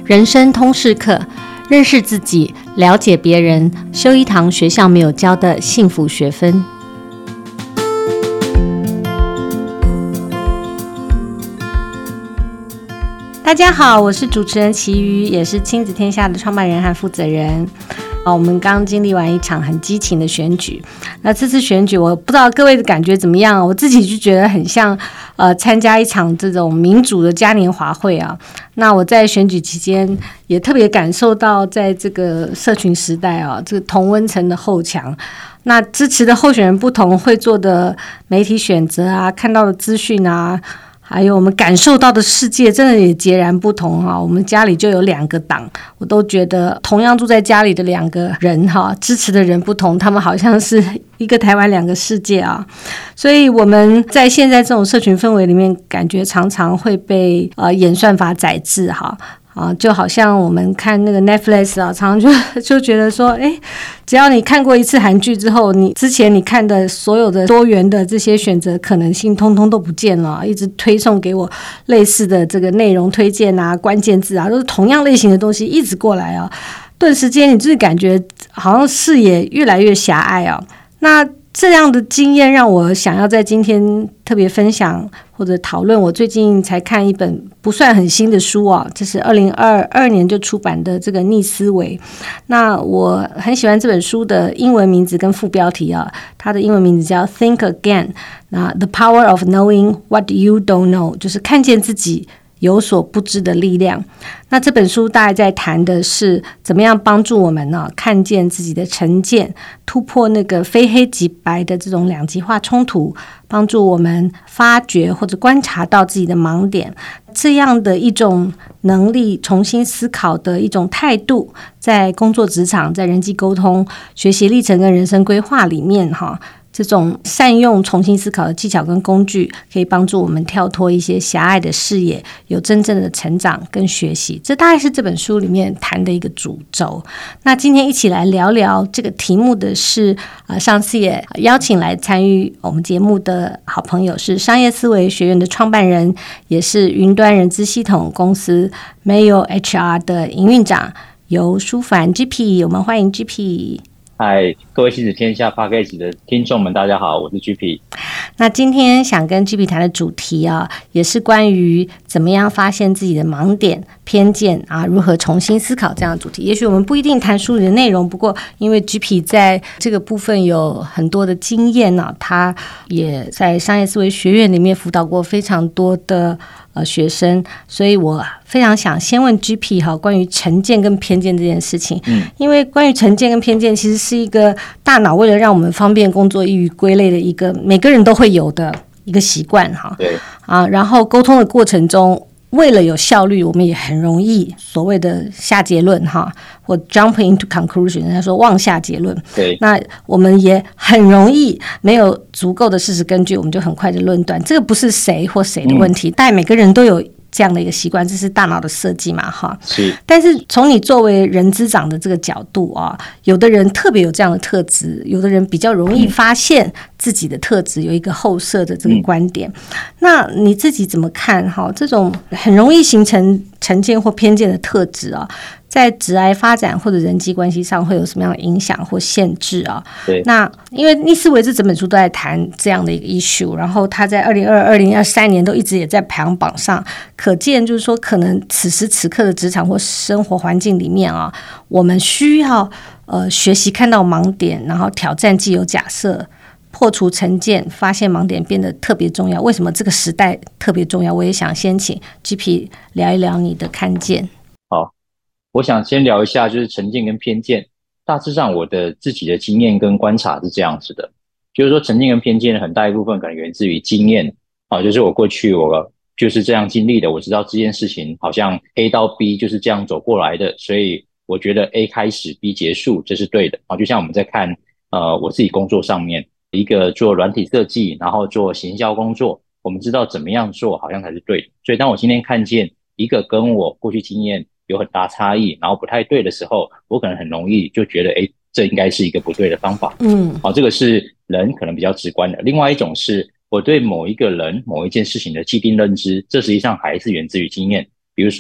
人生通识课，认识自己，了解别人，修一堂学校没有教的幸福学分。大家好，我是主持人齐瑜，也是亲子天下的创办人和负责人。我们刚经历完一场很激情的选举，那这次选举我不知道各位的感觉怎么样，我自己就觉得很像参加一场这种民主的嘉年华会啊。那我在选举期间也特别感受到，在这个社群时代啊，这个同温层的后墙，那支持的候选人不同，会做的媒体选择啊，看到的资讯啊，还有我们感受到的世界真的也截然不同哈。我们家里就有两个党，我都觉得同样住在家里的两个人哈，支持的人不同，他们好像是一个台湾两个世界啊。所以我们在现在这种社群氛围里面，感觉常常会被演算法宰制哈。就好像我们看那个 Netflix 啊，常常就觉得说，只要你看过一次韩剧之后，你之前你看的所有的多元的这些选择可能性，通通都不见了，一直推送给我类似的这个内容推荐啊、关键字啊，都是同样类型的东西一直过来啊，顿时间你自己感觉好像视野越来越狭隘啊。那这样的经验让我想要在今天特别分享或者讨论我最近才看一本不算很新的书啊，这是2022年就出版的这个逆思维。那我很喜欢这本书的英文名字跟副标题啊，它的英文名字叫 Think Again， 那 The Power of Knowing What You Don't Know， 就是看见自己有所不知的力量。那这本书大概在谈的是怎么样帮助我们呢，看见自己的成见，突破那个非黑即白的这种两极化冲突，帮助我们发掘或者观察到自己的盲点，这样的一种能力，重新思考的一种态度，在工作职场，在人际沟通、学习历程跟人生规划里面这种善用重新思考的技巧跟工具，可以帮助我们跳脱一些狭隘的视野，有真正的成长跟学习。这大概是这本书里面谈的一个主轴。那今天一起来聊聊这个题目的是上次也邀请来参与我们节目的好朋友，是商业思维学院的创办人，也是云端人资系统公司 Mayo HR 的营运长游书帆 GP。 我们欢迎 GP。 嗨，各位亲子天下 Podcast 的听众们，大家好，我是 GP。 那今天想跟 GP 谈的主题啊，也是关于怎么样发现自己的盲点、偏见啊，如何重新思考这样的主题。也许我们不一定谈书里的内容，不过因为 GP 在这个部分有很多的经验啊，他也在商业思维学院里面辅导过非常多的学生，所以我非常想先问 GP 关于成见跟偏见这件事情。因为关于成见跟偏见其实是一个大脑为了让我们方便工作易于归类的一个每个人都会有的一个习惯对然后沟通的过程中，为了有效率，我们也很容易所谓的下结论或 jump into conclusion， 人家说妄下结论。 对， 那我们也很容易没有足够的事实根据，我们就很快的论断。这个不是谁或谁的问题，但每个人都有这样的一个习惯，这是大脑的设计嘛是。 但是从你作为人资长的这个角度啊，有的人特别有这样的特质，有的人比较容易发现自己的特质，有一个后设的这个观点。那你自己怎么看这种很容易形成成见或偏见的特质啊，在职涯发展或者人际关系上会有什么样的影响或限制啊？ 对， 那因为逆思维这整本书都在谈这样的一个 issue， 然后他在2022、2023年都一直也在排行榜上，可见就是说，可能此时此刻的职场或生活环境里面啊，我们需要学习看到盲点，然后挑战既有假设，破除成见，发现盲点变得特别重要。为什么这个时代特别重要？我也想先请 GP 聊一聊你的看见。 好，我想先聊一下就是成见跟偏见。大致上我的自己的经验跟观察是这样子的，就是说成见跟偏见很大一部分可能源自于经验就是我过去我就是这样经历的，我知道这件事情好像 A 到 B 就是这样走过来的，所以我觉得 A 开始 B 结束，这是对的就像我们在看我自己工作上面，一个做软体设计，然后做行销工作，我们知道怎么样做好像才是对的。所以当我今天看见一个跟我过去经验有很大差异，然后不太对的时候，我可能很容易就觉得这应该是一个不对的方法。这个是人可能比较直观的。另外一种是我对某一个人某一件事情的既定认知，这实际上还是源自于经验。比如说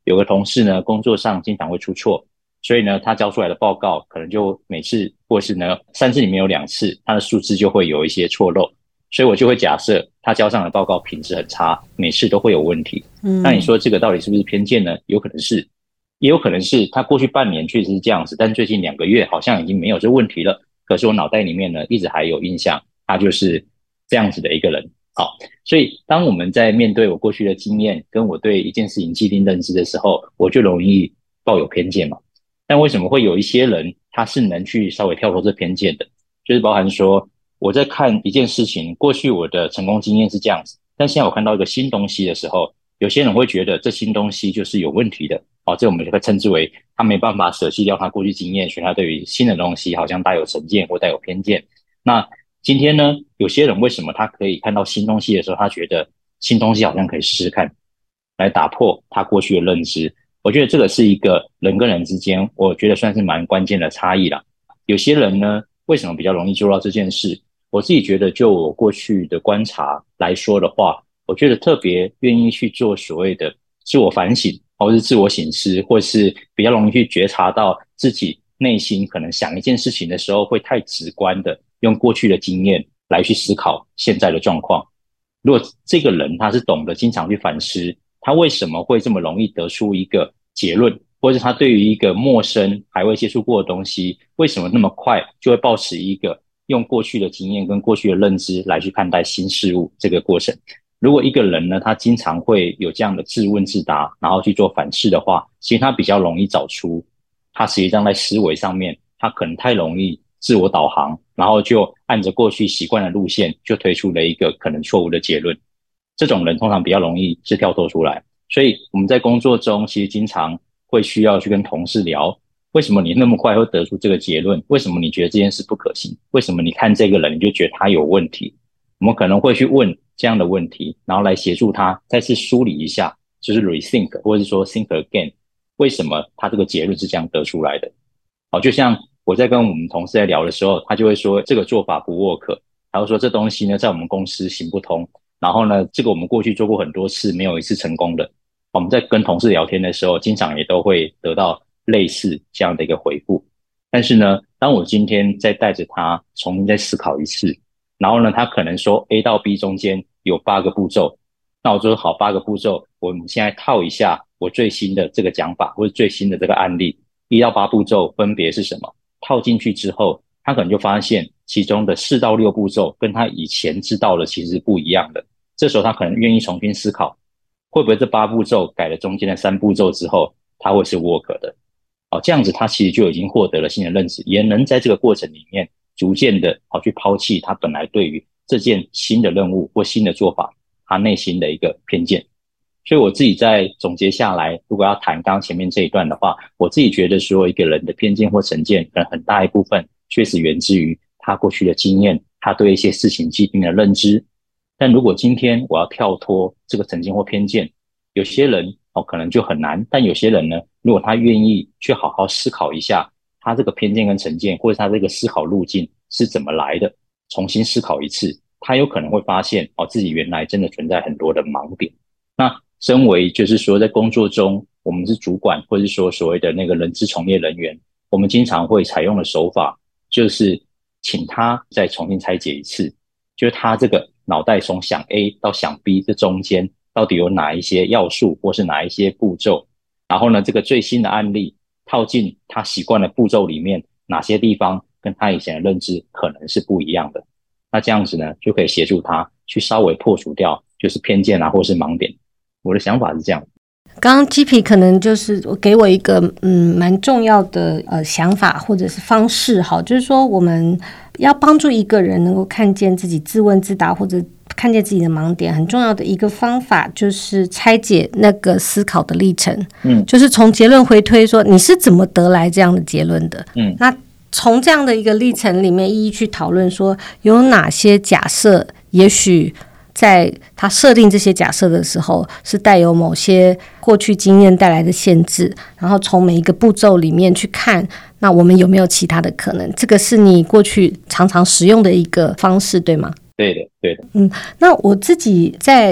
有个同事呢，工作上经常会出错，所以呢，他交出来的报告可能就每次或是呢3次里面有2次，他的数字就会有一些错漏，所以我就会假设他交上的报告品质很差，每次都会有问题。那你说这个到底是不是偏见呢？有可能是，也有可能是他过去半年确实是这样子，但最近2个月好像已经没有这问题了。可是我脑袋里面呢，一直还有印象，他就是这样子的一个人。好，所以当我们在面对我过去的经验，跟我对一件事情既定认知的时候，我就容易抱有偏见嘛。但为什么会有一些人，他是能去稍微跳脱这偏见的？就是包含说，我在看一件事情，过去我的成功经验是这样子，但现在我看到一个新东西的时候，有些人会觉得这新东西就是有问题的。这我们就会称之为他没办法舍弃掉他过去经验，所以他对于新的东西好像带有成见或带有偏见。那今天呢，有些人为什么他可以看到新东西的时候，他觉得新东西好像可以试试看，来打破他过去的认知？我觉得这个是一个人跟人之间，我觉得算是蛮关键的差异啦。有些人呢，为什么比较容易做到这件事？我自己觉得，就我过去的观察来说的话，我觉得特别愿意去做所谓的自我反省，或是自我省思，或是比较容易去觉察到自己内心可能想一件事情的时候，会太直观的用过去的经验来去思考现在的状况。如果这个人他是懂得经常去反思，他为什么会这么容易得出一个结论，或者他对于一个陌生还未接触过的东西，为什么那么快就会抱持一个用过去的经验跟过去的认知来去看待新事物这个过程？如果一个人呢，他经常会有这样的自问自答，然后去做反思的话，其实他比较容易找出他实际上在思维上面，他可能太容易自我导航，然后就按着过去习惯的路线，就推出了一个可能错误的结论。这种人通常比较容易是跳脱出来。所以我们在工作中其实经常会需要去跟同事聊，为什么你那么快会得出这个结论？为什么你觉得这件事不可行？为什么你看这个人你就觉得他有问题？我们可能会去问这样的问题，然后来协助他再次梳理一下，就是 rethink 或者是说 think again， 为什么他这个结论是这样得出来的？就像我在跟我们同事在聊的时候，他就会说这个做法不 work， 他会说这东西呢在我们公司行不通，然后呢这个我们过去做过很多次，没有一次成功的。我们在跟同事聊天的时候，经常也都会得到类似这样的一个回复。但是呢，当我今天再带着他重新再思考一次，然后呢，他可能说 A 到 B 中间有8个步骤，那我就说好，8个步骤，我们现在套一下我最新的这个讲法或者最新的这个案例，1到8步骤分别是什么？套进去之后，他可能就发现其中的4到6步骤跟他以前知道的其实是不一样的。这时候他可能愿意重新思考，会不会这8步骤改了中间的3步骤之后，它会是 work 的？这样子他其实就已经获得了新的认知，也能在这个过程里面逐渐的去抛弃他本来对于这件新的任务或新的做法他内心的一个偏见。所以我自己在总结下来，如果要谈刚刚前面这一段的话，我自己觉得说一个人的偏见或成见可能很大一部分确实源自于他过去的经验，他对一些事情既定的认知。但如果今天我要跳脱这个成见或偏见，有些人可能就很难，但有些人呢，如果他愿意去好好思考一下他这个偏见跟成见，或者他这个思考路径是怎么来的，重新思考一次，他有可能会发现自己原来真的存在很多的盲点。那身为就是说在工作中我们是主管，或者是说所谓的那个人资从业人员，我们经常会采用的手法就是请他再重新拆解一次，就是他这个脑袋从想 A 到想 B 这中间到底有哪一些要素或是哪一些步骤，然后呢这个最新的案例套进他习惯的步骤里面，哪些地方跟他以前的认知可能是不一样的。那这样子呢就可以协助他去稍微破除掉就是偏见或是盲点。我的想法是这样。 刚刚 GP 可能就是给我一个蛮重要的想法或者是方式，好，就是说我们要帮助一个人能够看见自己自问自答或者看见自己的盲点，很重要的一个方法就是拆解那个思考的历程，就是从结论回推说你是怎么得来这样的结论的，那从这样的一个历程里面一一去讨论说有哪些假设也许在他设定这些假设的时候是带有某些过去经验带来的限制，然后从每一个步骤里面去看那我们有没有其他的可能，这个是你过去常常使用的一个方式对吗？ 对的对的。 那我自己在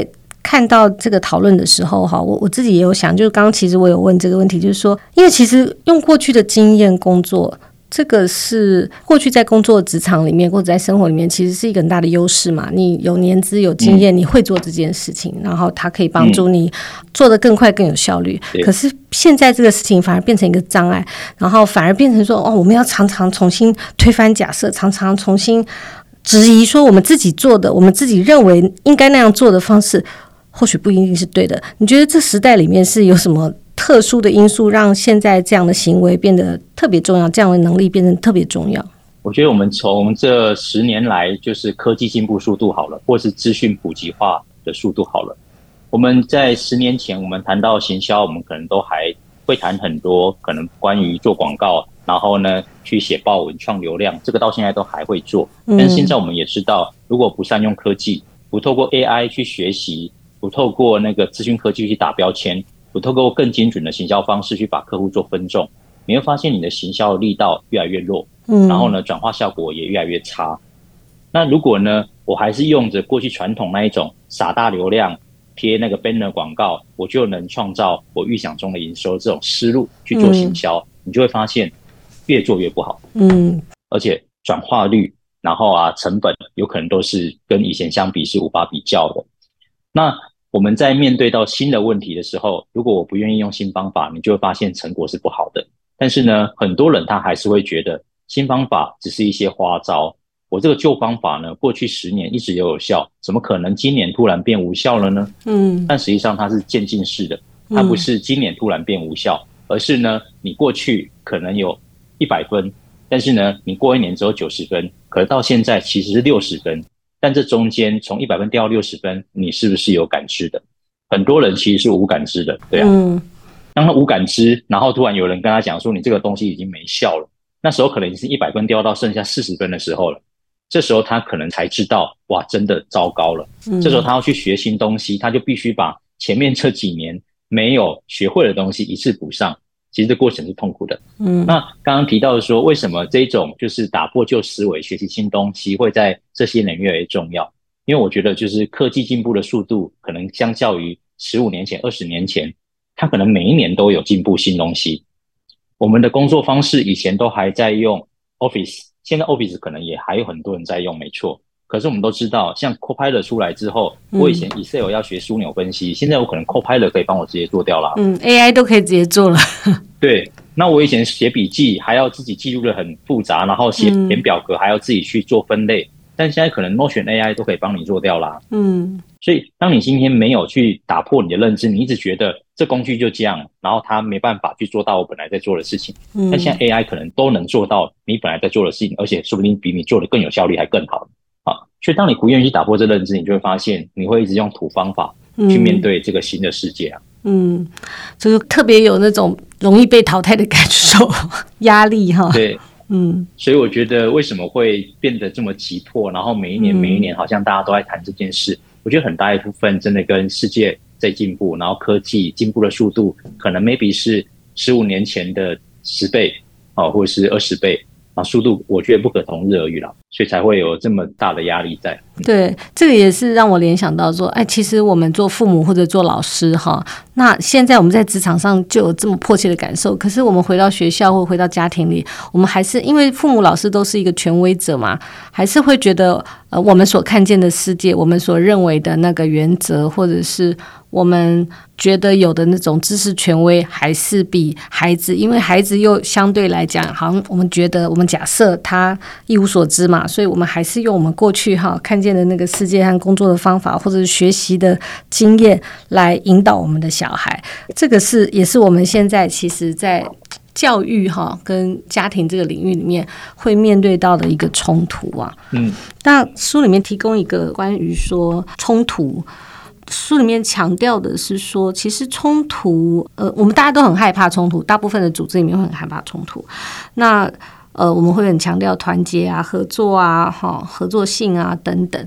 看到这个讨论的时候哈，我自己也有想，就是刚刚其实我有问这个问题，就是说，因为其实用过去的经验工作。这个是过去在工作职场里面或者在生活里面其实是一个很大的优势嘛，你有年资有经验，你会做这件事情，然后它可以帮助你做得更快更有效率。可是现在这个事情反而变成一个障碍，然后反而变成说我们要常常重新推翻假设，常常重新质疑说我们自己做的，我们自己认为应该那样做的方式或许不一定是对的。你觉得这时代里面是有什么特殊的因素让现在这样的行为变得特别重要，这样的能力变得特别重要？ 我觉得我们从这10年来，就是科技进步速度好了，或是资讯普及化的速度好了。我们在10年前，我们谈到行销，我们可能都还会谈很多可能关于做广告，然后呢去写报文创流量，这个到现在都还会做。但是现在我们也知道，如果不善用科技，不透过 AI 去学习，不透过那个资讯科技去打标签，不透过更精准的行销方式去把客户做分众，你会发现你的行销的力道越来越弱，然后呢转化效果也越来越差。那如果呢我还是用着过去传统那一种撒大流量贴那个 banner 广告，我就能创造我预想中的营收，这种思路去做行销，你就会发现越做越不好。而且转化率，然后成本有可能都是跟以前相比是无法比较的。那我们在面对到新的问题的时候，如果我不愿意用新方法，你就会发现成果是不好的。但是呢，很多人他还是会觉得新方法只是一些花招，我这个旧方法呢，过去10年一直有效，怎么可能今年突然变无效了呢？但实际上它是渐进式的，它不是今年突然变无效，而是呢，你过去可能有100分，但是呢，你过1年只有90分，可是到现在其实是60分。但这中间从100分掉到60分，你是不是有感知的？很多人其实是无感知的，对啊。当他无感知，然后突然有人跟他讲说你这个东西已经没效了，那时候可能已经100分掉到剩下40分的时候了。这时候他可能才知道，哇，真的糟糕了。这时候他要去学新东西，他就必须把前面这几年没有学会的东西一次补上。其实这过程是痛苦的。那刚刚提到的说，为什么这种就是打破旧思维、学习新东西会在这些年越来越重要？因为我觉得就是科技进步的速度，可能相较于15年前、20年前，它可能每一年都有进步新东西。我们的工作方式以前都还在用 Office， 现在 Office 可能也还有很多人在用，没错。可是我们都知道，像 Copilot 出来之后，我以前 Excel 要学枢纽分析，现在我可能 Copilot 可以帮我直接做掉了。 AI 都可以直接做了。 对，那我以前写笔记还要自己记录的很复杂，然后填表格还要自己去做分类，但现在可能 Notion AI 都可以帮你做掉啦。所以当你今天没有去打破你的认知，你一直觉得这工具就这样，然后它没办法去做到我本来在做的事情。但现在 AI 可能都能做到你本来在做的事情，而且说不定比你做的更有效率还更好。所以当你不愿意去打破这认知，你就会发现你会一直用土方法去面对这个新的世界啊。 这个特别有那种容易被淘汰的感受，压力哈。 对，所以我觉得为什么会变得这么急迫，然后每一年好像大家都在谈这件事，我觉得很大一部分真的跟世界在进步，然后科技进步的速度可能 maybe 是15年前的10倍或者是20倍。速度我觉得不可同日而语了，所以才会有这么大的压力在。 对，这个也是让我联想到说，其实我们做父母或者做老师那现在我们在职场上就有这么迫切的感受，可是我们回到学校或回到家庭里，我们还是因为父母老师都是一个权威者嘛，还是会觉得我们所看见的世界，我们所认为的那个原则，或者是我们觉得有的那种知识权威，还是比孩子，因为孩子又相对来讲，好像我们觉得我们假设他一无所知嘛，所以我们还是用我们过去看见的那个世界和工作的方法，或者是学习的经验来引导我们的小孩。这个也是我们现在其实在教育跟家庭这个领域里面会面对到的一个冲突啊。那书里面提供一个关于说冲突。书里面强调的是说，其实冲突，我们大家都很害怕冲突，大部分的组织里面会很害怕冲突。那我们会很强调团结啊、合作啊、合作性啊等等。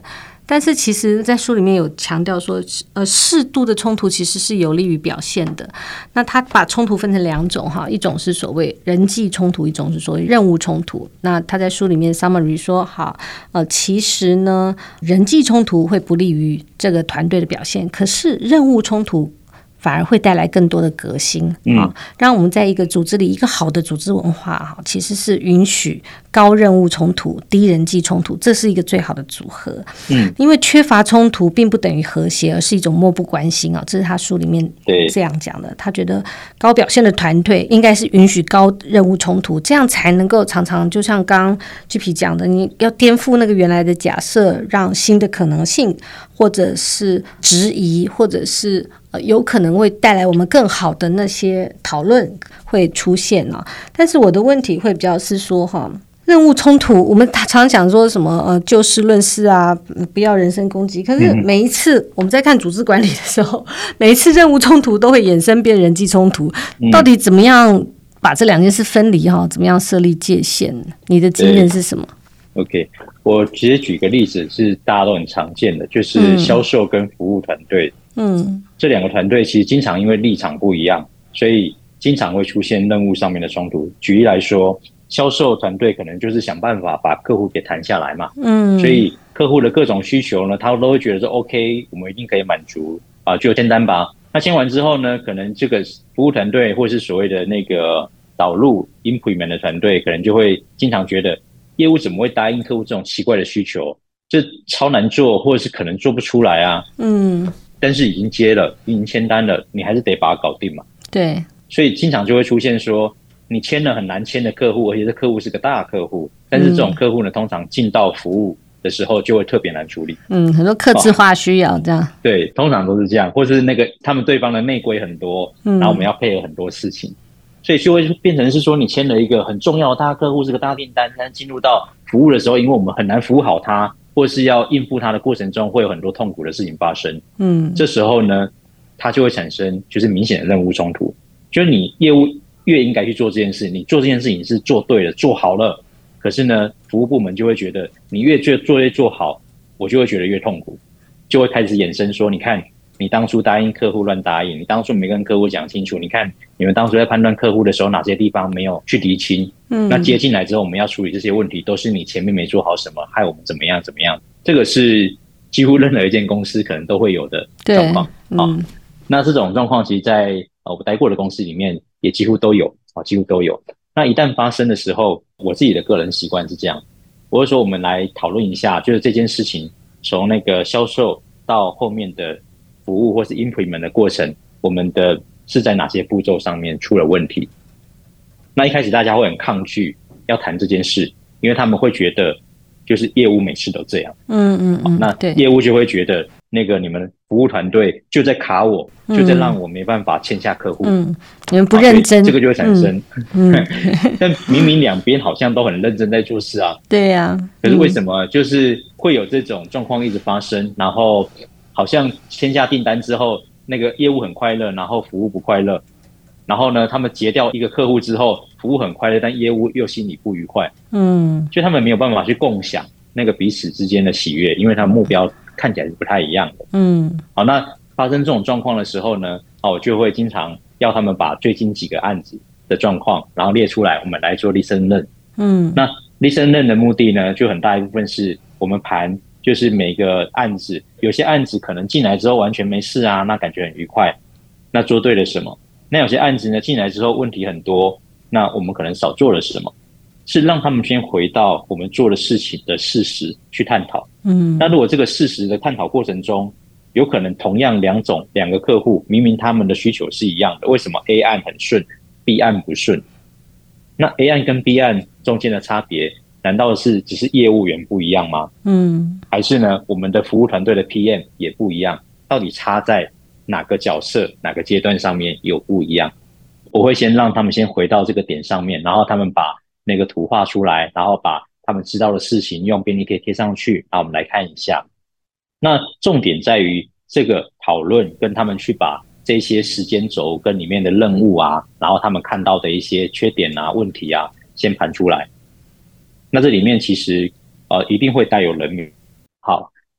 但是其实在书里面有强调说适度的冲突其实是有利于表现的。那他把冲突分成2种哈，一种是所谓人际冲突，一种是所谓任务冲突。那他在书里面 summary 说好其实呢人际冲突会不利于这个团队的表现，可是任务冲突反而会带来更多的革新让我们在一个组织里，一个好的组织文化其实是允许高任务冲突、低人际冲突，这是一个最好的组合。因为缺乏冲突并不等于和谐，而是一种漠不关心这是他书里面这样讲的。他觉得高表现的团队应该是允许高任务冲突，这样才能够常常就像刚刚 GP 讲的，你要颠覆那个原来的假设，让新的可能性或者是质疑，或者是有可能会带来我们更好的那些讨论会出现但是我的问题会比较是说任务冲突，我们常讲说什么就事论事啊，不要人身攻击。可是每一次我们在看组织管理的时候，每一次任务冲突都会衍生变人际冲突。到底怎么样把这2件事分离怎么样设立界限？你的经验是什么 ？OK， 我其实举个例子是大家都很常见的，就是销售跟服务团队。这2个团队其实经常因为立场不一样，所以经常会出现任务上面的冲突。举例来说，销售团队可能就是想办法把客户给谈下来嘛，所以客户的各种需求呢，他都会觉得说 OK， 我们一定可以满足就签单吧。那签完之后呢，可能这个服务团队或是所谓的那个导入 implement 的团队，可能就会经常觉得业务怎么会答应客户这种奇怪的需求，这超难做，或者是可能做不出来啊。但是已经接了，已经签单了，你还是得把它搞定嘛。 对， 所以经常就会出现说，你签了很难签的客户，而且这客户是个大客户，但是这种客户呢，通常进到服务的时候就会特别难处理。 很多客制化需要这样。 对，通常都是这样，或是那个他们对方的内规很多，然后我们要配合很多事情，所以就会变成是说，你签了一个很重要的大客户，是个大订单，但进入到服务的时候，因为我们很难服务好他，或是要应付他的过程中，会有很多痛苦的事情发生。这时候呢，它就会产生就是明显的任务冲突，就是你业务越应该去做这件事，你做这件事情是做对了、做好了，可是呢，服务部门就会觉得你越做好，我就会觉得越痛苦，就会开始衍生说，你看你当初答应客户乱答应，你当初没跟客户讲清楚，你看你们当初在判断客户的时候哪些地方没有去厘清，那接进来之后我们要处理这些问题，都是你前面没做好什么，害我们怎么样，这个是几乎任何一间公司可能都会有的状况。那这种状况其实在我待过的公司里面也几乎都有。那一旦发生的时候，我自己的个人习惯是这样，我会说我们来讨论一下，就是这件事情从那个销售到后面的服务或是 implement 的过程，我们的是在哪些步骤上面出了问题。那一开始大家会很抗拒要谈这件事，因为他们会觉得就是业务每次都这样。那业务就会觉得那个你们服务团队就在卡我，就在让我没办法签下客户。 你们不认真， 这个就会产生。但明明两边好像都很认真在做事啊。 对呀。 可是为什么就是会有这种状况一直发生？然后好像签下订单之后，那个业务很快乐，然后服务不快乐。然后呢，他们结掉一个客户之后，服务很快乐，但业务又心里不愉快。就他们没有办法去共享那个彼此之间的喜悦，因为他们目标看起来是不太一样的。好，那发生这种状况的时候呢，我就会经常要他们把最近几个案子的状况，然后列出来，我们来做 listen learn。那 listen learn 的目的呢，就很大一部分是我们盘，就是每个案子，有些案子可能进来之后完全没事啊，那感觉很愉快，那做对了什么？那有些案子呢，进来之后问题很多，那我们可能少做了什么？是让他们先回到我们做的事情的事实去探讨。那如果这个事实的探讨过程中，有可能同样两个客户，明明他们的需求是一样的，为什么 A 案很顺 ，B 案不顺？那 A 案跟 B 案中间的差别，难道是只是业务员不一样吗？还是呢，我们的服务团队的 PM 也不一样？到底差在哪个角色、哪个阶段上面有不一样？我会先让他们先回到这个点上面，然后他们把那个图画出来，然后把他们知道的事情用便利贴贴上去，然后我们来看一下。那重点在于这个讨论跟他们去把这些时间轴跟里面的任务啊，然后他们看到的一些缺点啊、问题啊，先盘出来。那这里面其实一定会带有人名。好，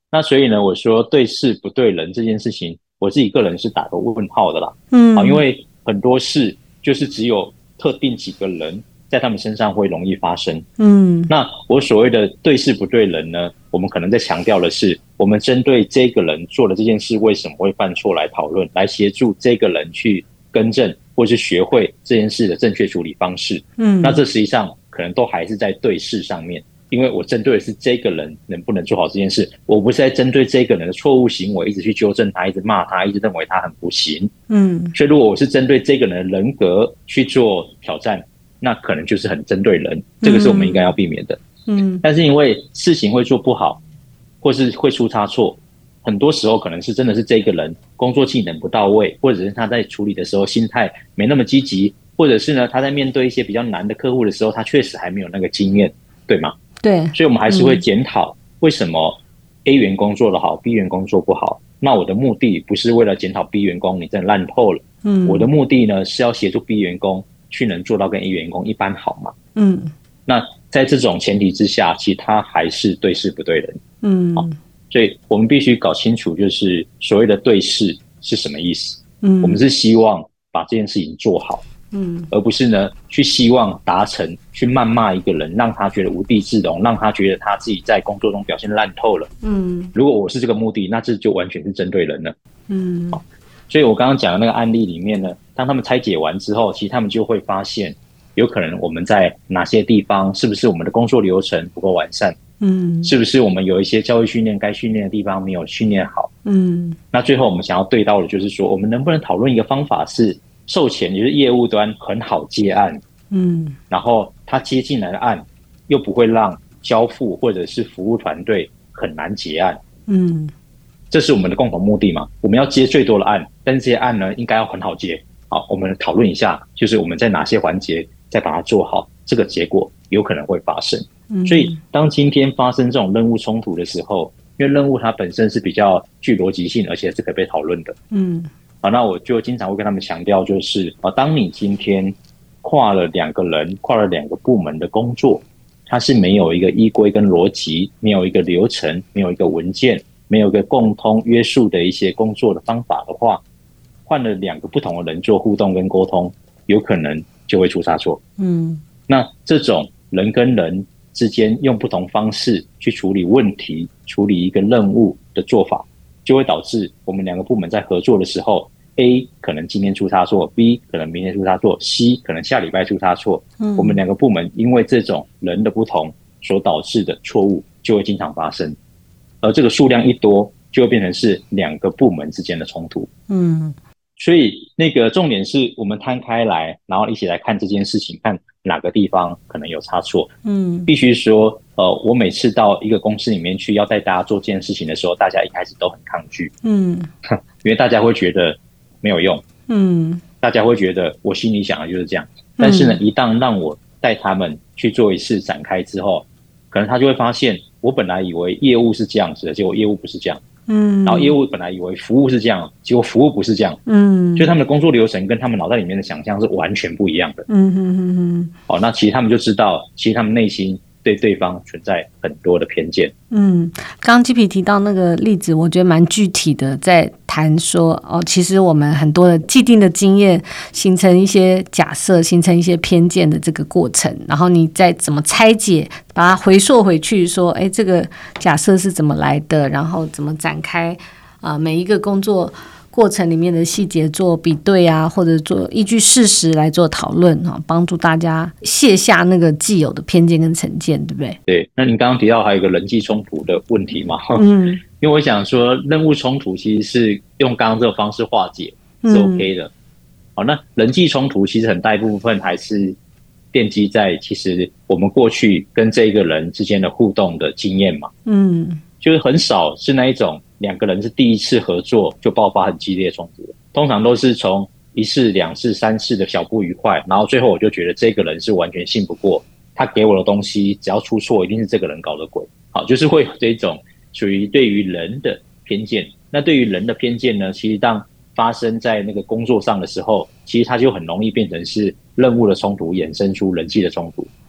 那所以呢，我说对事不对人这件事情，我自己个人是打个问号的啦。因为很多事就是只有特定几个人在他们身上会容易发生。那我所谓的对事不对人呢，我们可能在强调的是，我们针对这个人做的这件事为什么会犯错来讨论，来协助这个人去更正或是学会这件事的正确处理方式。那这实际上可能都还是在对事上面。因为我针对的是这个人能不能做好这件事，我不是在针对这个人的错误行为一直去纠正他，一直骂他，一直认为他很不行。所以如果我是针对这个人的人格去做挑战，那可能就是很针对人，这个是我们应该要避免的。但是因为事情会做不好，或是会出差错，很多时候可能是真的是这个人工作技能不到位，或者是他在处理的时候心态没那么积极，或者是呢他在面对一些比较难的客户的时候，他确实还没有那个经验，对吗？ 对， 所以我们还是会检讨为什么 A 员工做得好 B 员工做不好。那我的目的不是为了检讨 B 员工你真的烂透了，我的目的呢是要协助 B 员工去能做到跟 A 员工一般好嘛。那在这种前提之下，其实他还是对事不对人。所以我们必须搞清楚就是所谓的对事是什么意思。我们是希望把这件事情做好，而不是呢去希望达成，去谩骂一个人，让他觉得无地自容，让他觉得他自己在工作中表现烂透了。如果我是这个目的，那这就完全是针对人了。所以我刚刚讲的那个案例里面呢，当他们拆解完之后，其实他们就会发现，有可能我们在哪些地方，是不是我们的工作流程不够完善？是不是我们有一些教育训练该训练的地方没有训练好？那最后我们想要对到的就是说，我们能不能讨论一个方法是售前就是业务端很好接案，然后他接进来的案又不会让交付或者是服务团队很难结案。这是我们的共同目的嘛？我们要接最多的案，但是这些案呢应该要很好接。好，我们讨论一下，就是我们在哪些环节再把它做好，这个结果有可能会发生。所以当今天发生这种任务冲突的时候，因为任务它本身是比较具逻辑性，而且是可以被讨论的。好，那我就经常会跟他们强调，就是当你今天跨了两个人，跨了两个部门的工作，它是没有一个依规跟逻辑，没有一个流程，没有一个文件，没有一个共通约束的一些工作的方法的话，换了两个不同的人做互动跟沟通，有可能就会出差错。那这种人跟人之间用不同方式去处理问题，处理一个任务的做法，就会导致我们两个部门在合作的时候， A 可能今天出差错， B 可能明天出差错， C 可能下礼拜出差错。我们两个部门因为这种人的不同所导致的错误就会经常发生，而这个数量一多，就会变成是两个部门之间的冲突。所以那个重点是我们摊开来，然后一起来看这件事情，看哪个地方可能有差错。必须说我每次到一个公司里面去要带大家做这件事情的时候，大家一开始都很抗拒。因为大家会觉得没有用。大家会觉得我心里想的就是这样。但是呢，一旦让我带他们去做一次展开之后，可能他就会发现，我本来以为业务是这样子的，结果业务不是这样。然后业务本来以为服务是这样，结果服务不是这样。所以他们的工作流程跟他们脑袋里面的想象是完全不一样的。好，那其实他们就知道，其实他们内心对对方存在很多的偏见。 刚刚 GP 提到那个例子，我觉得蛮具体的，在谈说其实我们很多的既定的经验形成一些假设，形成一些偏见的这个过程，然后你再怎么拆解，把它回溯回去说，这个假设是怎么来的，然后怎么展开每一个工作过程里面的细节做比对啊，或者做依据事实来做讨论，帮助大家卸下那个既有的偏见跟成见，对不对？ 对，那你刚刚提到还有一个人际冲突的问题嘛？因为我想说任务冲突其实是用刚刚这个方式化解是 OK 的。好，那人际冲突其实很大一部分还是奠基在其实我们过去跟这个人之间的互动的经验嘛。就是很少是那一种两个人是第一次合作就爆发很激烈的冲突，通常都是从一次、两次、三次的小不愉快，然后最后我就觉得这个人是完全信不过，他给我的东西只要出错一定是这个人搞的鬼。好，就是会有这种属于对于人的偏见。那对于人的偏见呢，其实当发生在那个工作上的时候，其实它就很容易变成是任务的冲突衍生出人际的冲突。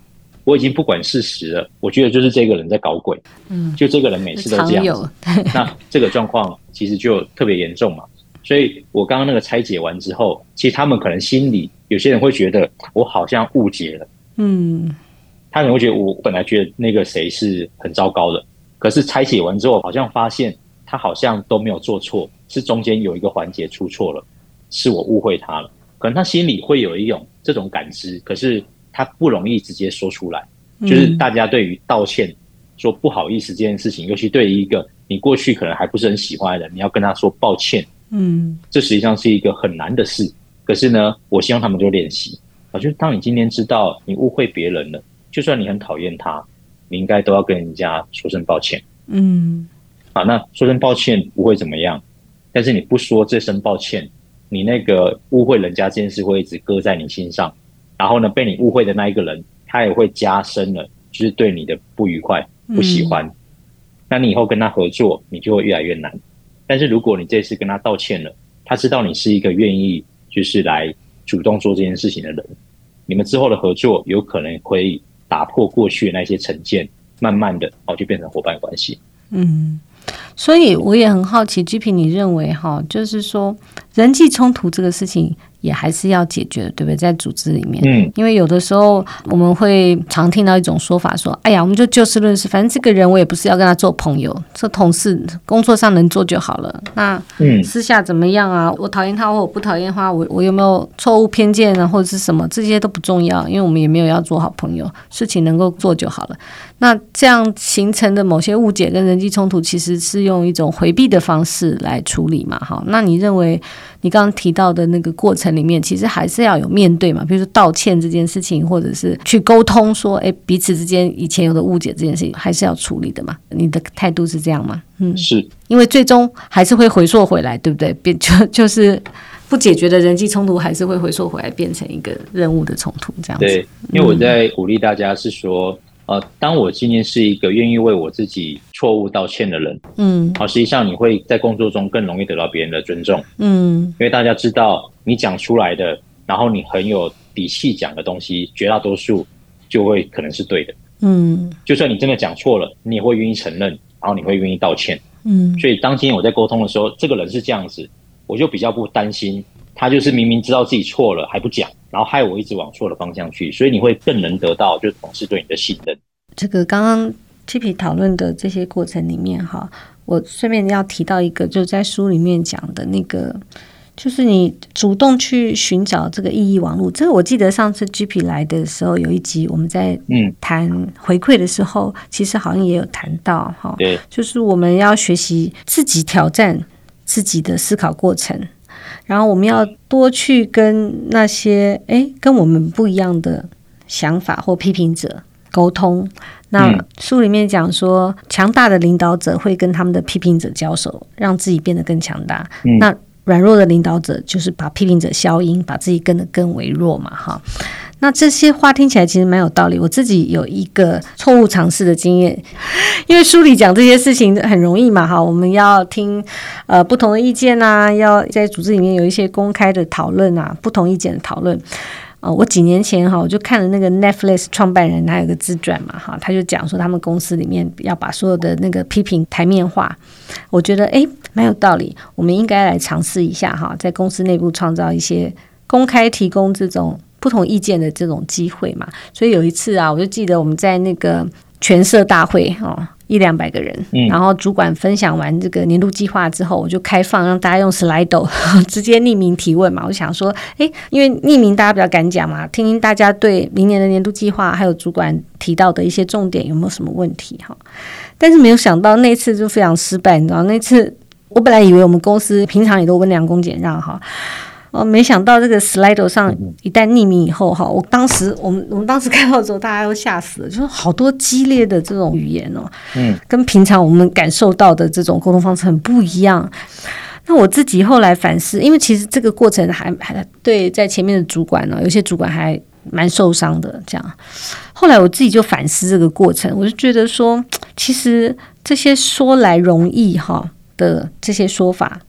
我已经不管事实了，我觉得就是这个人在搞鬼，就这个人每次都这样子，那这个状况其实就特别严重嘛。所以我刚刚那个拆解完之后，其实他们可能心里有些人会觉得我好像误解了，他可能会觉得我本来觉得那个谁是很糟糕的，可是拆解完之后好像发现他好像都没有做错，是中间有一个环节出错了，是我误会他了，可能他心里会有一种这种感知，可是他不容易直接说出来，就是大家对于道歉说不好意思这件事情，尤其对于一个你过去可能还不是很喜欢的人，你要跟他说抱歉，这实际上是一个很难的事。可是呢，我希望他们就练习就是当你今天知道你误会别人了，就算你很讨厌他，你应该都要跟人家说声抱歉。那说声抱歉不会怎么样，但是你不说这声抱歉，你那个误会人家这件事会一直搁在你心上，然后呢，被你误会的那一个人，他也会加深了，就是对你的不愉快、不喜欢。那你以后跟他合作，你就会越来越难。但是如果你这次跟他道歉了，他知道你是一个愿意就是来主动做这件事情的人，你们之后的合作有可能会打破过去的那些成见，慢慢的就变成伙伴关系。 所以我也很好奇 GP 你认为就是说人际冲突这个事情也还是要解决的，对不对？在组织里面，因为有的时候我们会常听到一种说法说，哎呀，我们就事论事，反正这个人我也不是要跟他做朋友，这同事工作上能做就好了，那私下怎么样啊，我讨厌他或我不讨厌他，我有没有错误偏见啊或者是什么，这些都不重要，因为我们也没有要做好朋友，事情能够做就好了。那这样形成的某些误解跟人际冲突，其实是用一种回避的方式来处理嘛。那你认为你刚刚提到的那个过程里面，其实还是要有面对嘛，比如说道歉这件事情，或者是去沟通说，彼此之间以前有的误解这件事情，还是要处理的嘛？你的态度是这样吗？ 是，因为最终还是会回溯回来，对不对？就是不解决的人际冲突，还是会回溯回来，变成一个任务的冲突这样子。 对，因为我在鼓励大家是说，当我今天是一个愿意为我自己错误道歉的人，实际上你会在工作中更容易得到别人的尊重，因为大家知道你讲出来的，然后你很有底气讲的东西，绝大多数就会可能是对的，就算你真的讲错了，你也会愿意承认，然后你会愿意道歉，所以当今天我在沟通的时候，这个人是这样子，我就比较不担心他就是明明知道自己错了还不讲，然后害我一直往错的方向去，所以你会更能得到就是同事对你的信任。 这个刚刚 GP 讨论的这些过程里面我顺便要提到一个，就在书里面讲的那个，就是你主动去寻找这个意义网路。这个我记得上次 GP 来的时候有一集我们在谈回馈的时候，其实好像也有谈到就是我们要学习自己挑战自己的思考过程，然后我们要多去跟那些跟我们不一样的想法或批评者沟通。那书里面讲说，强大的领导者会跟他们的批评者交手，让自己变得更强大。那软弱的领导者就是把批评者消音，把自己跟得更微弱嘛那这些话听起来其实蛮有道理。我自己有一个错误尝试的经验，因为书里讲这些事情很容易嘛我们要听不同的意见啊，要在组织里面有一些公开的讨论啊，不同意见的讨论。我几年前我就看了那个 Netflix 创办人，他有个自传嘛他就讲说他们公司里面要把所有的那个批评台面化，我觉得蛮有道理，我们应该来尝试一下在公司内部创造一些公开提供这种不同意见的这种机会嘛。所以有一次我就记得我们在那个全社大会100-200个人，然后主管分享完这个年度计划之后，我就开放让大家用 Slido 直接匿名提问嘛。我想说因为匿名大家比较敢讲嘛，听听大家对明年的年度计划还有主管提到的一些重点有没有什么问题但是没有想到那次就非常失败，你知道，那次我本来以为我们公司平常也都温良恭俭让没想到这个 Slido 上一旦匿名以后我们当时看到的时候，大家都吓死了，就是好多激烈的这种语言跟平常我们感受到的这种沟通方式很不一样。那我自己后来反思，因为其实这个过程还对在前面的主管有些主管还蛮受伤的这样。后来我自己就反思这个过程，我就觉得说，其实这些说来容易的这些说法，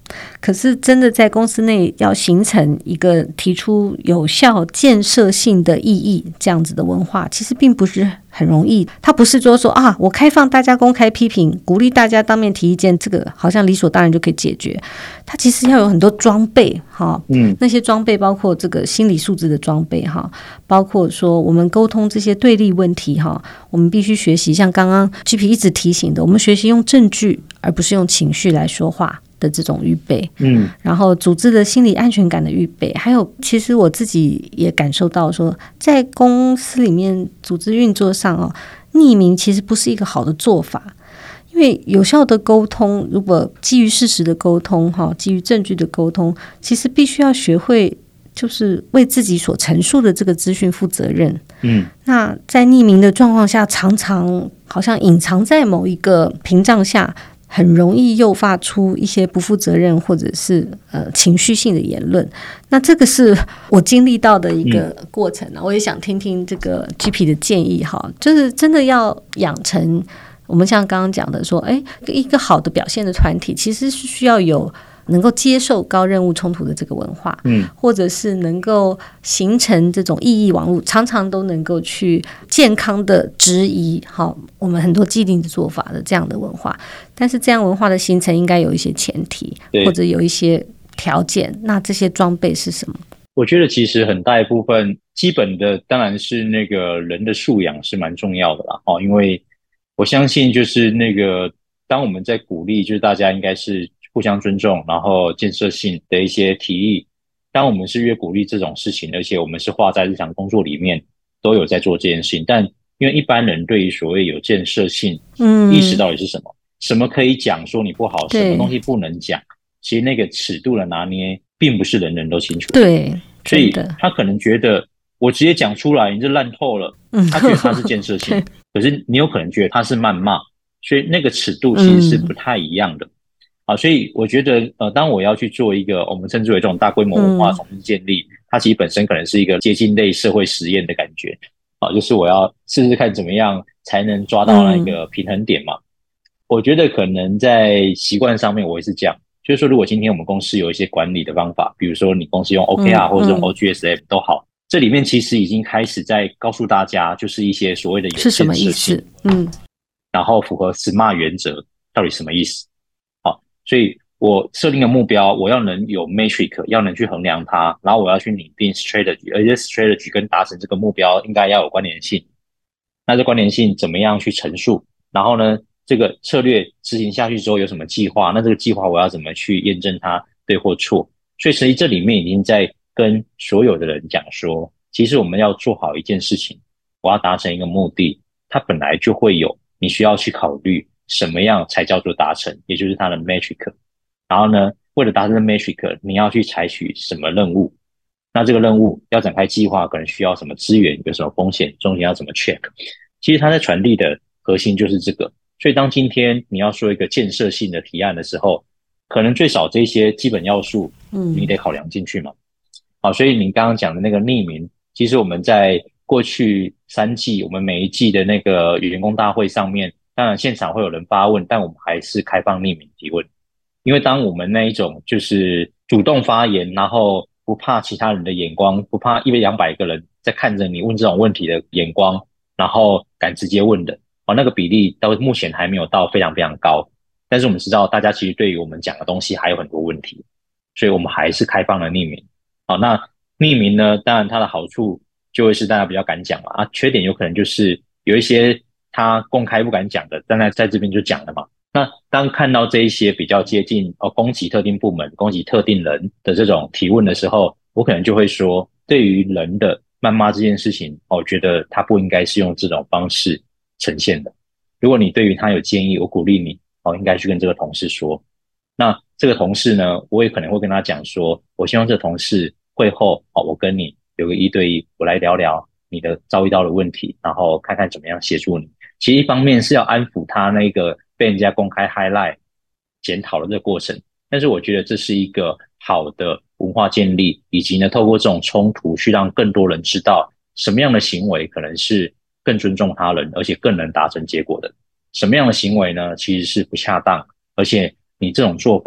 可是真的在公司内要形成一个提出有效建设性的异议这样子的文化，其实并不是很容易。它不是说啊，我开放大家公开批评，鼓励大家当面提意见，这个好像理所当然就可以解决。它其实要有很多装备哈，那些装备包括这个心理素质的装备哈，包括说我们沟通这些对立问题哈，我们必须学习像刚刚 GP 一直提醒的，我们学习用证据而不是用情绪来说话的这种预备，然后组织的心理安全感的预备，还有其实我自己也感受到说，在公司里面组织运作上哦，匿名其实不是一个好的做法，因为有效的沟通，如果基于事实的沟通哈，基于证据的沟通，其实必须要学会就是为自己所陈述的这个资讯负责任。那在匿名的状况下，常常好像隐藏在某一个屏障下，很容易诱发出一些不负责任或者是情绪性的言论。那这个是我经历到的一个过程我也想听听这个 GP 的建议哈，就是真的要养成我们像刚刚讲的说，一个好的表现的团体其实是需要有能够接受高任务冲突的这个文化，或者是能够形成这种异议网络，常常都能够去健康的质疑好我们很多既定的做法的这样的文化。但是这样文化的形成应该有一些前提，或者有一些条件，那这些装备是什么？ 我觉得其实很大一部分基本的当然是那个人的素养是蛮重要的啦，因为我相信就是那个当我们在鼓励就是大家应该是互相尊重，然后建设性的一些提议，当我们是越鼓励这种事情，而且我们是画在日常工作里面都有在做这件事情，但因为一般人对于所谓有建设性意识到底是什么，什么可以讲说你不好，什么东西不能讲，其实那个尺度的拿捏并不是人人都清楚的。 对， 所以他可能觉得我直接讲出来你这烂透了，他觉得他是建设性可是你有可能觉得他是谩骂，所以那个尺度其实是不太一样的。所以我觉得当我要去做一个我们称之为这种大规模文化重新建立，它其实本身可能是一个接近类社会实验的感觉就是我要试试看怎么样才能抓到那个平衡点嘛。我觉得可能在习惯上面我也是这样，就是说如果今天我们公司有一些管理的方法，比如说你公司用 OKR 或者用 OGSM 都好，这里面其实已经开始在告诉大家就是一些所谓的有是什么意思， 然后符合 SMART 原则到底什么意思。所以我设定的目标，我要能有 metric， 要能去衡量它，然后我要去拟定 strategy， 而且 strategy 跟达成这个目标应该要有关联性。那这关联性怎么样去陈述？然后呢，这个策略执行下去之后有什么计划？那这个计划我要怎么去验证它对或错？所以实际这里面已经在跟所有的人讲说，其实我们要做好一件事情，我要达成一个目的，它本来就会有你需要去考虑什么样才叫做达成，也就是它的 metric。然后呢，为了达成的 metric， 你要去采取什么任务？那这个任务要展开计划，可能需要什么资源，有什么风险，中间要怎么 check？ 其实它在传递的核心就是这个。所以当今天你要说一个建设性的提案的时候，可能最少这些基本要素，你得考量进去嘛。所以你刚刚讲的那个匿名，其实我们在过去3季，我们每一季的那个员工大会上面，当然现场会有人发问，但我们还是开放匿名提问。因为当我们那一种就是主动发言，然后不怕其他人的眼光，不怕100-200个人在看着你问这种问题的眼光，然后敢直接问的那个比例到目前还没有到非常非常高。但是我们知道大家其实对于我们讲的东西还有很多问题，所以我们还是开放了匿名。那匿名呢，当然它的好处就会是大家比较敢讲嘛，缺点有可能就是有一些他公开不敢讲的，但在这边就讲了嘛。那当看到这一些比较接近攻击特定部门、攻击特定人的这种提问的时候，我可能就会说，对于人的谩骂这件事情，我觉得他不应该是用这种方式呈现的。如果你对于他有建议，我鼓励你应该去跟这个同事说。那这个同事呢，我也可能会跟他讲说，我希望这个同事会后我跟你有个1对1，我来聊聊你的遭遇到的问题，然后看看怎么样协助你。其实一方面是要安抚他那个被人家公开 highlight 检讨的这个过程，但是我觉得这是一个好的文化建立，以及呢透过这种冲突去让更多人知道什么样的行为可能是更尊重他人而且更能达成结果的，什么样的行为呢其实是不恰当，而且你这种做法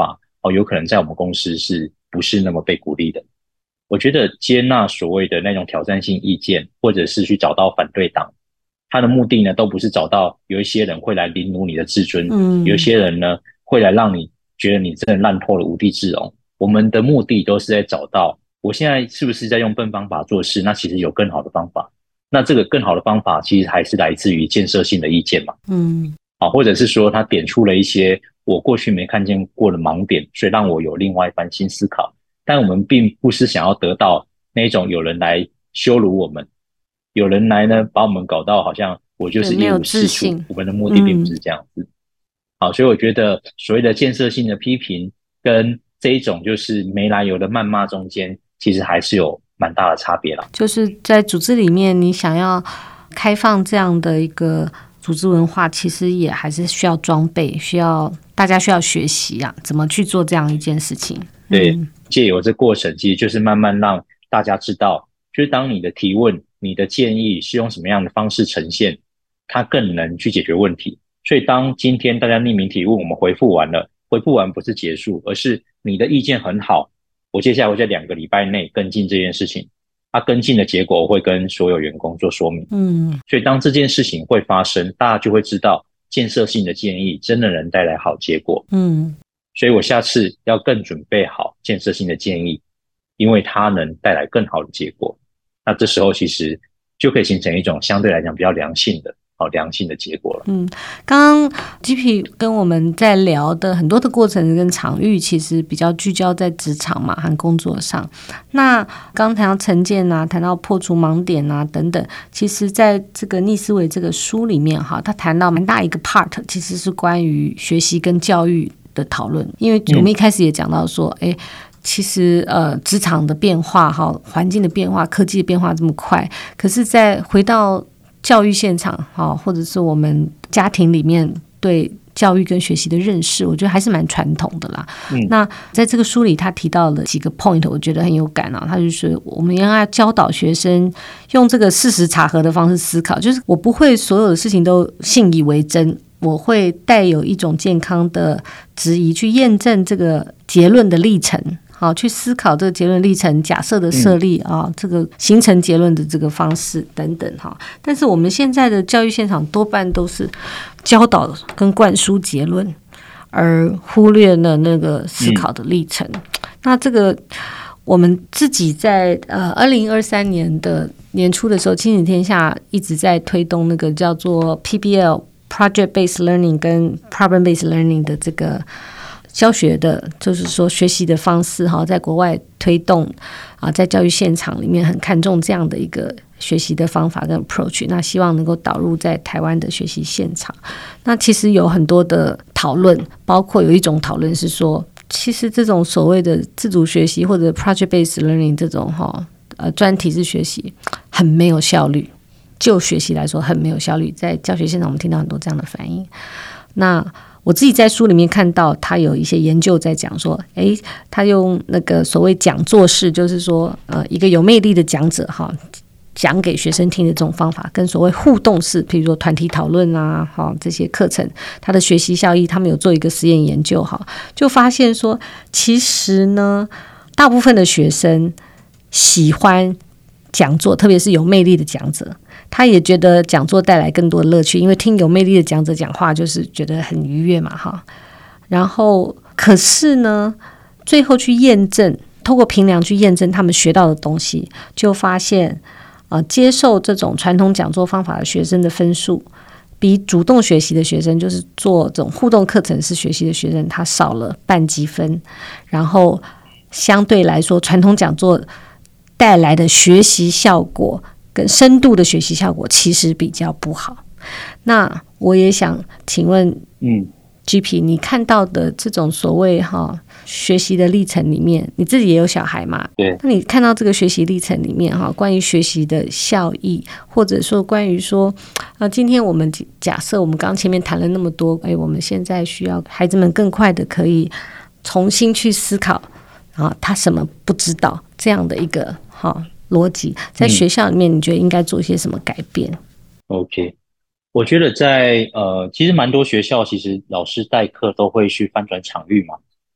有可能在我们公司是不是那么被鼓励的。我觉得接纳所谓的那种挑战性意见，或者是去找到反对党，他的目的呢，都不是找到有一些人会来凌辱你的自尊，有一些人呢会来让你觉得你真的烂透了，无地自容。我们的目的都是在找到，我现在是不是在用笨方法做事？那其实有更好的方法。那这个更好的方法，其实还是来自于建设性的意见嘛。或者是说他点出了一些我过去没看见过的盲点，所以让我有另外一番新思考。但我们并不是想要得到那种有人来羞辱我们，有人来呢把我们搞到好像我就是一无是处，我们的目的并不是这样子。好，所以我觉得所谓的建设性的批评跟这一种就是没来由的谩骂中间，其实还是有蛮大的差别啦。 就是在组织里面，你想要开放这样的一个组织文化，其实也还是需要装备，大家需要学习啊，怎么去做这样一件事情。 对，借由这过程，其实就是慢慢让大家知道，就是当你的提问、你的建议是用什么样的方式呈现，它更能去解决问题。所以当今天大家匿名提问，我们回复完了，回复完不是结束，而是你的意见很好，我接下来会在2个礼拜内跟进这件事情。跟进的结果我会跟所有员工做说明。所以当这件事情会发生，大家就会知道建设性的建议真的能带来好结果。所以我下次要更准备好建设性的建议，因为它能带来更好的结果。那这时候其实就可以形成一种相对来讲比较良性的结果了。 刚刚 GP 跟我们在聊的很多的过程跟场域，其实比较聚焦在职场嘛和工作上。那刚谈到成见啊，谈到破除盲点啊等等，其实在这个逆思维这个书里面哈，他谈到蛮大一个 part 其实是关于学习跟教育的讨论。因为我们一开始也讲到说，其实职场的变化哈，环境的变化，科技的变化这么快，可是再回到教育现场或者是我们家庭里面对教育跟学习的认识，我觉得还是蛮传统的啦。那在这个书里他提到了几个 point， 我觉得很有感啊。他就是我们要教导学生用这个事实查核的方式思考，就是我不会所有的事情都信以为真，我会带有一种健康的质疑去验证这个结论的历程，去思考这个结论历程、假设的设立这个形成结论的这个方式等等但是我们现在的教育现场多半都是教导跟灌输结论，而忽略了那个思考的历程。那这个我们自己在2023年的年初的时候，亲子天下一直在推动那个叫做 PBL。Project Based Learning 跟 Problem Based Learning 的这个教学的，就是说学习的方式在国外推动在教育现场里面很看重这样的一个学习的方法跟 approach， 那希望能够导入在台湾的学习现场。那其实有很多的讨论，包括有一种讨论是说，其实这种所谓的自主学习或者 Project Based Learning 这种专题式学习很没有效率，就学习来说很没有效率，在教学现场我们听到很多这样的反应。那我自己在书里面看到他有一些研究在讲说，他用那个所谓讲座式，就是说一个有魅力的讲者讲给学生听的这种方法，跟所谓互动式，比如说团体讨论啊这些课程，他的学习效益他们有做一个实验研究就发现说，其实呢大部分的学生喜欢讲座，特别是有魅力的讲者，他也觉得讲座带来更多的乐趣，因为听有魅力的讲者讲话就是觉得很愉悦嘛然后可是呢最后去验证，透过评量去验证他们学到的东西，就发现接受这种传统讲座方法的学生的分数比主动学习的学生，就是做这种互动课程式学习的学生，他少了半积分。然后相对来说传统讲座带来的学习效果跟深度的学习效果其实比较不好。那我也想请问GP， 你看到的这种所谓学习的历程里面，你自己也有小孩嘛？ 对。 那你看到这个学习历程里面关于学习的效益，或者说关于说今天我们假设我们刚前面谈了那么多，我们现在需要孩子们更快的可以重新去思考他什么不知道这样的一个逻辑，在学校里面你觉得应该做一些什么改变 ？OK， 我觉得在其实蛮多学校其实老师代课都会去翻转场域嘛，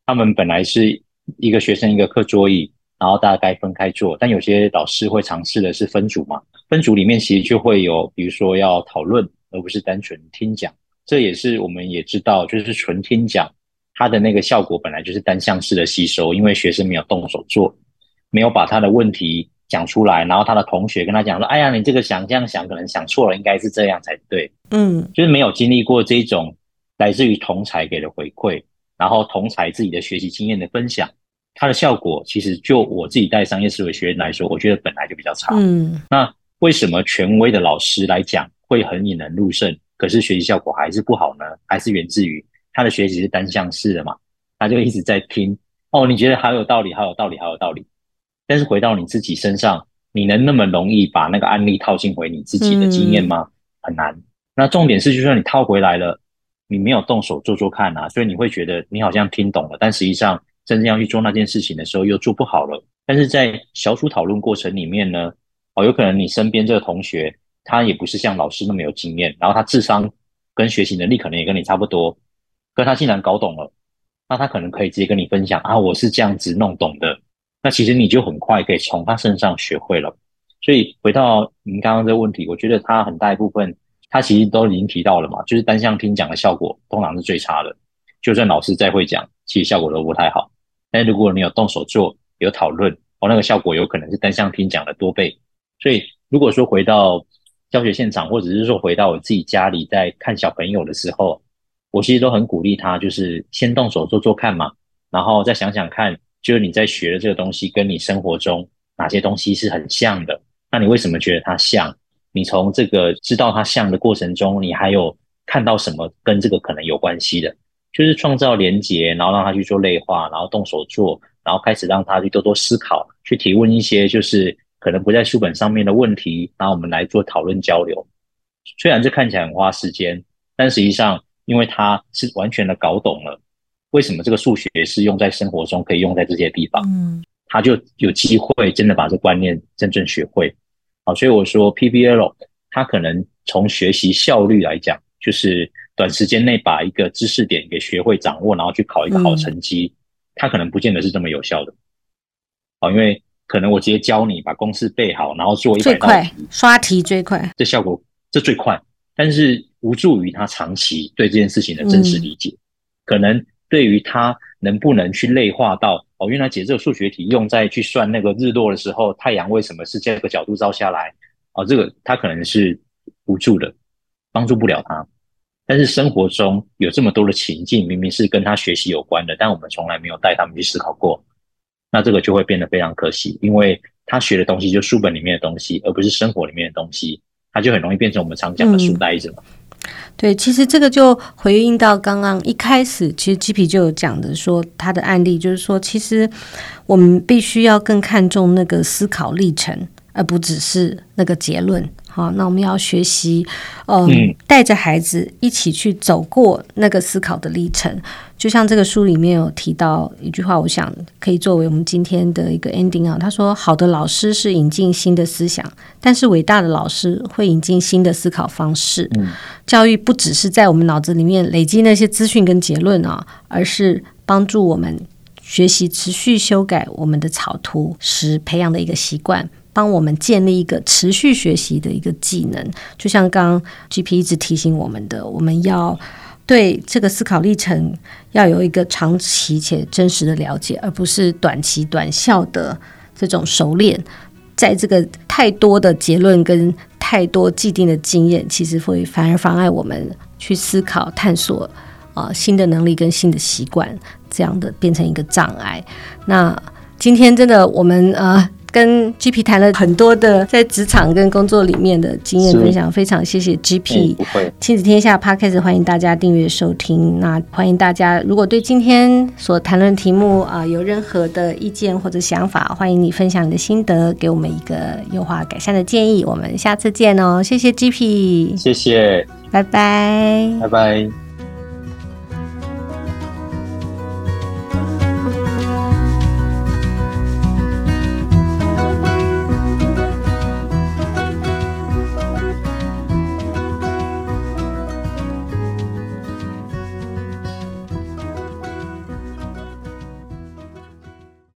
他们本来是一个学生一个课桌椅，然后大概分开坐，但有些老师会尝试的是分组嘛，分组里面其实就会有，比如说要讨论，而不是单纯听讲。这也是我们也知道，就是纯听讲，它的那个效果本来就是单向式的吸收，因为学生没有动手做，没有把他的问题讲出来，然后他的同学跟他讲说：“哎呀，你这个想这样想，可能想错了，应该是这样才对。”就是没有经历过这种来自于同侪给的回馈，然后同侪自己的学习经验的分享，它的效果其实就我自己带商业思维学院来说，我觉得本来就比较差。那为什么权威的老师来讲会很引人入胜，可是学习效果还是不好呢？还是源自于他的学习是单向式的嘛，他就一直在听，哦，你觉得好有道理，好有道理，好有道理。但是回到你自己身上，你能那么容易把那个案例套进回你自己的经验吗？很难。那重点是，就算你套回来了，你没有动手做做看啊，所以你会觉得你好像听懂了，但实际上真正要去做那件事情的时候又做不好了。但是在小组讨论过程里面呢，有可能你身边这个同学他也不是像老师那么有经验，然后他智商跟学习能力可能也跟你差不多，可他竟然搞懂了，那他可能可以直接跟你分享啊，我是这样子弄懂的。那其实你就很快可以从他身上学会了。所以回到您刚刚这个问题，我觉得他很大一部分他其实都已经提到了嘛，就是单向听讲的效果通常是最差的，就算老师再会讲，其实效果都不太好。但是如果你有动手做，有讨论，那个效果有可能是单向听讲的多倍。所以如果说回到教学现场，或者是说回到我自己家里在看小朋友的时候，我其实都很鼓励他，就是先动手做做看嘛，然后再想想看，就是你在学的这个东西跟你生活中哪些东西是很像的，那你为什么觉得它像？你从这个知道它像的过程中，你还有看到什么跟这个可能有关系的？就是创造连结，然后让他去做类化，然后动手做，然后开始让他去多多思考，去提问一些就是可能不在书本上面的问题，然后我们来做讨论交流。虽然这看起来很花时间，但实际上因为他是完全的搞懂了为什么这个数学是用在生活中可以用在这些地方，他就有机会真的把这观念真正学会。好，所以我说 PBL 它可能从学习效率来讲，就是短时间内把一个知识点给学会掌握，然后去考一个好成绩，它可能不见得是这么有效的。好，因为可能我直接教你把公式背好，然后做100道题， 最快刷题最快， 这效果这最快，但是无助于他长期对这件事情的真实理解。可能对于他能不能去类化到原来解这个数学题用在去算那个日落的时候，太阳为什么是这个角度照下来，这个他可能是无助的，帮助不了他。但是生活中有这么多的情境，明明是跟他学习有关的，但我们从来没有带他们去思考过，那这个就会变得非常可惜，因为他学的东西就书本里面的东西，而不是生活里面的东西，他就很容易变成我们常讲的书呆子嘛。 对，其实这个就回应到刚刚一开始，其实 GP 就有讲的说他的案例，就是说其实我们必须要更看重那个思考历程，而不只是那个结论。好，那我们要学习，带着孩子一起去走过那个思考的历程。就像这个书里面有提到一句话，我想可以作为我们今天的一个 ending 啊。他说，好的老师是引进新的思想，但是伟大的老师会引进新的思考方式。教育不只是在我们脑子里面累积那些资讯跟结论啊，而是帮助我们学习持续修改我们的草图时培养的一个习惯，帮我们建立一个持续学习的一个技能。就像刚刚 GP 一直提醒我们的，我们要对这个思考历程要有一个长期且真实的了解，而不是短期短效的这种熟练。在这个太多的结论跟太多既定的经验，其实会反而妨碍我们去思考探索新的能力跟新的习惯，这样的变成一个障碍。那今天真的我们跟 GP 谈了很多的在职场跟工作里面的经验分享，非常谢谢 GP。亲子天下 Podcast 欢迎大家订阅收听。那欢迎大家如果对今天所谈论的题目有任何的意见或者想法，欢迎你分享你的心得，给我们一个优化改善的建议。我们下次见哦，谢谢 GP， 谢谢， 拜拜， 拜拜。